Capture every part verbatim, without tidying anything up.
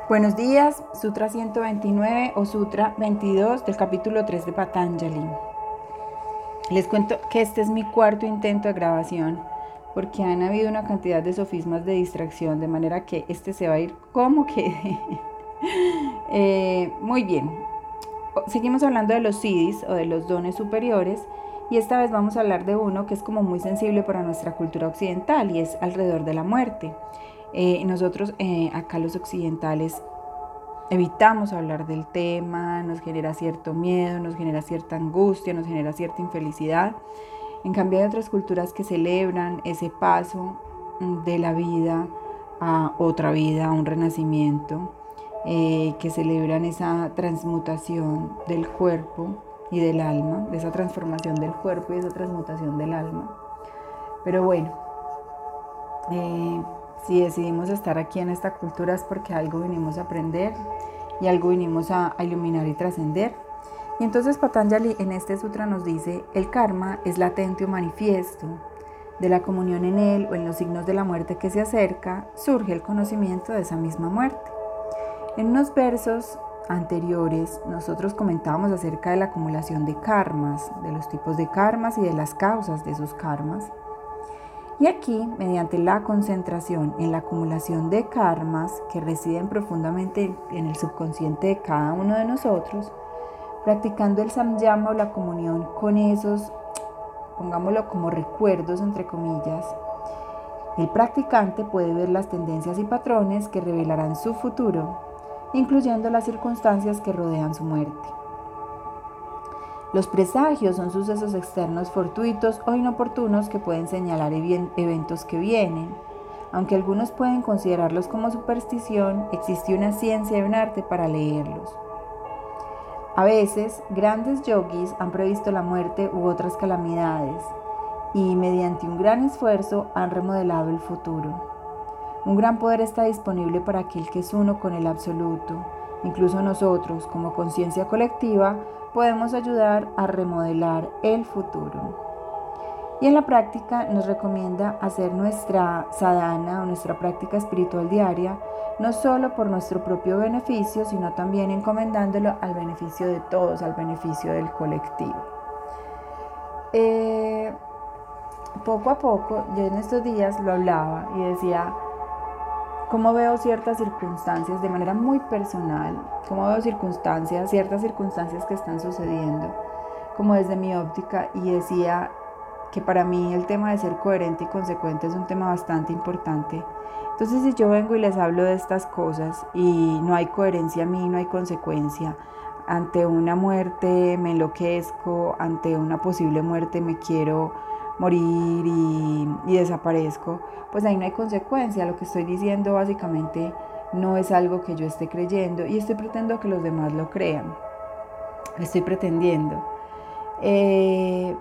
Buenos días, Sutra ciento veintinueve o Sutra veintidós del capítulo tres de Patanjali. Les cuento que este es mi cuarto intento de grabación porque han habido una cantidad de sofismas de distracción, de manera que este se va a ir como que... eh, muy bien, seguimos hablando de los siddhis o de los dones superiores y esta vez vamos a hablar de uno que es como muy sensible para nuestra cultura occidental y es alrededor de la muerte. Eh, nosotros eh, acá los occidentales evitamos hablar del tema, nos genera cierto miedo, nos genera cierta angustia, nos genera cierta infelicidad. En cambio hay otras culturas que celebran ese paso de la vida a otra vida, a un renacimiento, eh, que celebran esa transmutación del cuerpo y del alma, de esa transformación del cuerpo y esa transmutación del alma. Pero bueno, eh, si decidimos estar aquí en esta cultura es porque algo vinimos a aprender y algo vinimos a, a iluminar y trascender. Y entonces Patanjali en este sutra nos dice: el karma es latente o manifiesto. De la comunión en él o en los signos de la muerte que se acerca, surge el conocimiento de esa misma muerte. En unos versos anteriores nosotros comentábamos acerca de la acumulación de karmas, de los tipos de karmas y de las causas de esos karmas. Y aquí, mediante la concentración en la acumulación de karmas que residen profundamente en el subconsciente de cada uno de nosotros, practicando el samyama o la comunión con esos, pongámoslo como recuerdos entre comillas, el practicante puede ver las tendencias y patrones que revelarán su futuro, incluyendo las circunstancias que rodean su muerte. Los presagios son sucesos externos fortuitos o inoportunos que pueden señalar eventos que vienen. Aunque algunos pueden considerarlos como superstición, existe una ciencia y un arte para leerlos. A veces, grandes yogis han previsto la muerte u otras calamidades y, mediante un gran esfuerzo, han remodelado el futuro. Un gran poder está disponible para aquel que es uno con el absoluto. Incluso nosotros, como conciencia colectiva, podemos ayudar a remodelar el futuro. Y en la práctica nos recomienda hacer nuestra sadhana o nuestra práctica espiritual diaria, no solo por nuestro propio beneficio, sino también encomendándolo al beneficio de todos, al beneficio del colectivo. Eh, poco a poco, yo en estos días lo hablaba y decía cómo veo ciertas circunstancias de manera muy personal, cómo veo circunstancias, ciertas circunstancias que están sucediendo, como desde mi óptica, y decía que para mí el tema de ser coherente y consecuente es un tema bastante importante. Entonces, si yo vengo y les hablo de estas cosas y no hay coherencia a mí, no hay consecuencia, ante una muerte me enloquezco, ante una posible muerte me quiero morir y, y desaparezco, pues ahí no hay consecuencia. Lo que estoy diciendo básicamente no es algo que yo esté creyendo y estoy pretendiendo que los demás lo crean. Estoy pretendiendo. Eh,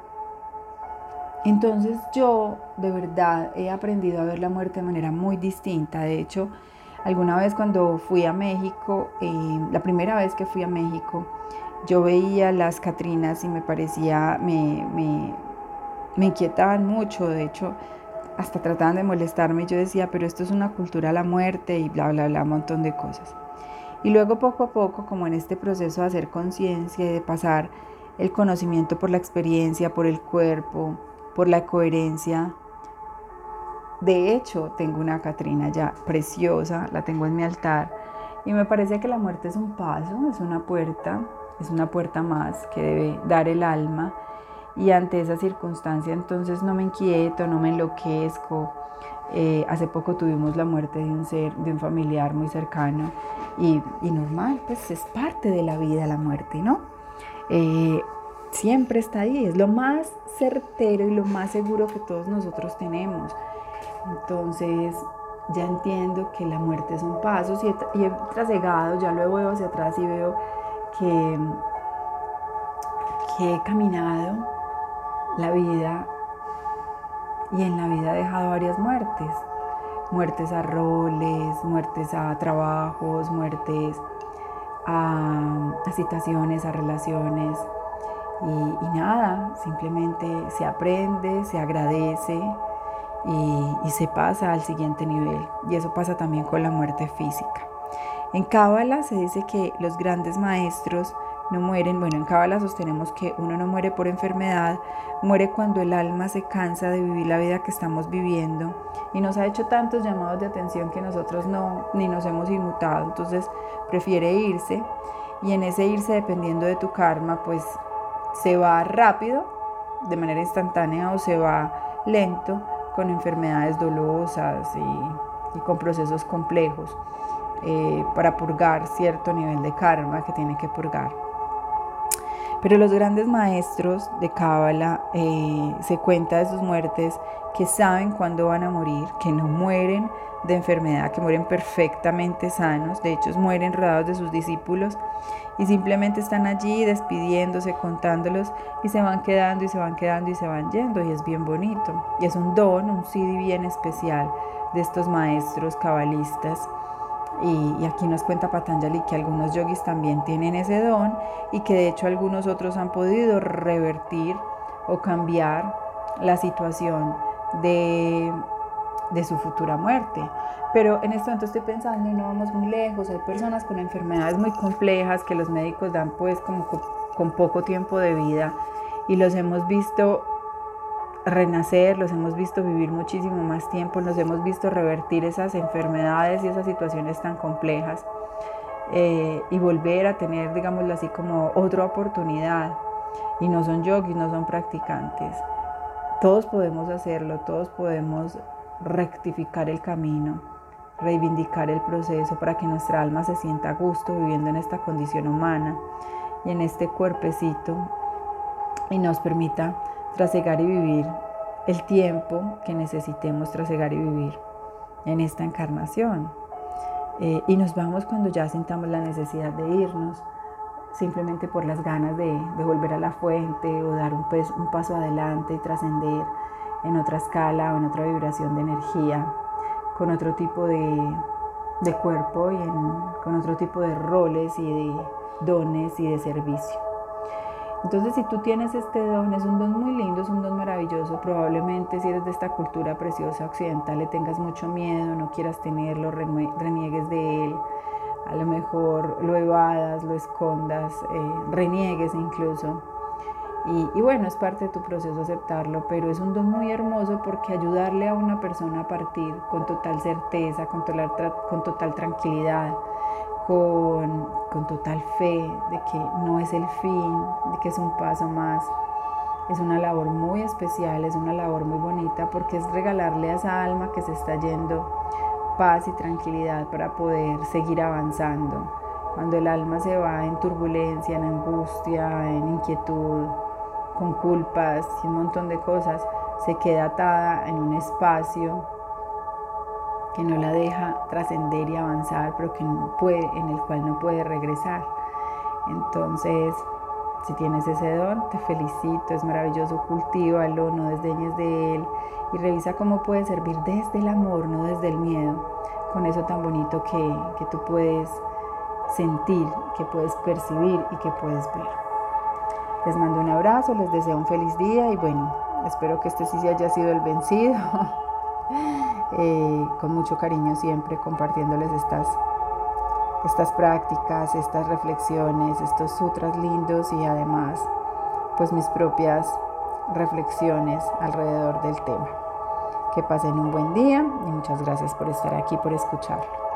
entonces yo de verdad he aprendido a ver la muerte de manera muy distinta. De hecho, alguna vez cuando fui a México, eh, la primera vez que fui a México, yo veía las Catrinas y me parecía, me, me, me inquietaban mucho. De hecho, hasta trataban de molestarme y yo decía, pero esto es una cultura a la muerte y bla, bla, bla, un montón de cosas. Y luego poco a poco, como en este proceso de hacer conciencia y de pasar el conocimiento por la experiencia, por el cuerpo, por la coherencia. De hecho, tengo una Catrina ya preciosa, la tengo en mi altar y me parece que la muerte es un paso, es una puerta, es una puerta más que debe dar el alma. Y ante esa circunstancia entonces no me inquieto, no me enloquezco. Eh, hace poco tuvimos la muerte de un ser, de un familiar muy cercano y, y normal, pues es parte de la vida la muerte, ¿no? Eh, siempre está ahí, es lo más certero y lo más seguro que todos nosotros tenemos. Entonces ya entiendo que la muerte es un paso y he, y he trasegado, ya lo veo hacia atrás y veo que, que he caminado la vida y en la vida he dejado varias muertes, muertes a roles, muertes a trabajos, muertes a, a situaciones, a relaciones y, y nada, simplemente se aprende, se agradece y, y se pasa al siguiente nivel y eso pasa también con la muerte física. En Cábala se dice que los grandes maestros no mueren. Bueno, en Cábala sostenemos que uno no muere por enfermedad, muere cuando el alma se cansa de vivir la vida que estamos viviendo y nos ha hecho tantos llamados de atención que nosotros no, ni nos hemos inmutado. Entonces prefiere irse, y en ese irse, dependiendo de tu karma, pues se va rápido, de manera instantánea, o se va lento, con enfermedades dolorosas y, y con procesos complejos, eh, para purgar cierto nivel de karma que tiene que purgar. Pero los grandes maestros de Cábala, eh, se cuenta de sus muertes, que saben cuándo van a morir, que no mueren de enfermedad, que mueren perfectamente sanos. De hecho, mueren rodeados de sus discípulos y simplemente están allí despidiéndose, contándolos, y se van quedando y se van quedando y se van yendo, y es bien bonito. Y es un don, un C D bien especial de estos maestros cabalistas. Y, y aquí nos cuenta Patanjali que algunos yogis también tienen ese don, y que de hecho algunos otros han podido revertir o cambiar la situación de, de su futura muerte. Pero en este momento estoy pensando, y no vamos muy lejos, hay personas con enfermedades muy complejas que los médicos dan pues como con, con poco tiempo de vida, y los hemos visto renacer, los hemos visto vivir muchísimo más tiempo, los hemos visto revertir esas enfermedades y esas situaciones tan complejas, eh, y volver a tener, digámoslo así, como otra oportunidad. Y no son yogis, no son practicantes. Todos podemos hacerlo, todos podemos rectificar el camino, reivindicar el proceso para que nuestra alma se sienta a gusto viviendo en esta condición humana y en este cuerpecito, y nos permita trasegar y vivir el tiempo que necesitemos trasegar y vivir en esta encarnación. Eh, y nos vamos cuando ya sintamos la necesidad de irnos, simplemente por las ganas de, de volver a la fuente, o dar un, pes, un paso adelante y trascender en otra escala o en otra vibración de energía, con otro tipo de, de cuerpo y en, con otro tipo de roles y de dones y de servicio. Entonces, si tú tienes este don, es un don muy lindo, es un don maravilloso. Probablemente si eres de esta cultura preciosa occidental le tengas mucho miedo, no quieras tenerlo, reniegues de él, a lo mejor lo evadas, lo escondas, eh, reniegues incluso. Y, y bueno, es parte de tu proceso aceptarlo, pero es un don muy hermoso, porque ayudarle a una persona a partir con total certeza, con total, con total tranquilidad, Con, con total fe de que no es el fin, de que es un paso más. Es una labor muy especial, es una labor muy bonita, porque es regalarle a esa alma que se está yendo paz y tranquilidad para poder seguir avanzando. Cuando el alma se va en turbulencia, en angustia, en inquietud, con culpas y un montón de cosas, se queda atada en un espacio que no la deja trascender y avanzar, pero que no puede, en el cual no puede regresar. Entonces, si tienes ese don, te felicito, es maravilloso, cultívalo, no desdeñes de él, y revisa cómo puede servir desde el amor, no desde el miedo, con eso tan bonito que, que tú puedes sentir, que puedes percibir y que puedes ver. Les mando un abrazo, les deseo un feliz día, y bueno, espero que este sí haya sido el vencido. Eh, con mucho cariño siempre compartiéndoles estas, estas prácticas, estas reflexiones, estos sutras lindos, y además pues mis propias reflexiones alrededor del tema. Que pasen un buen día y muchas gracias por estar aquí, por escucharlo.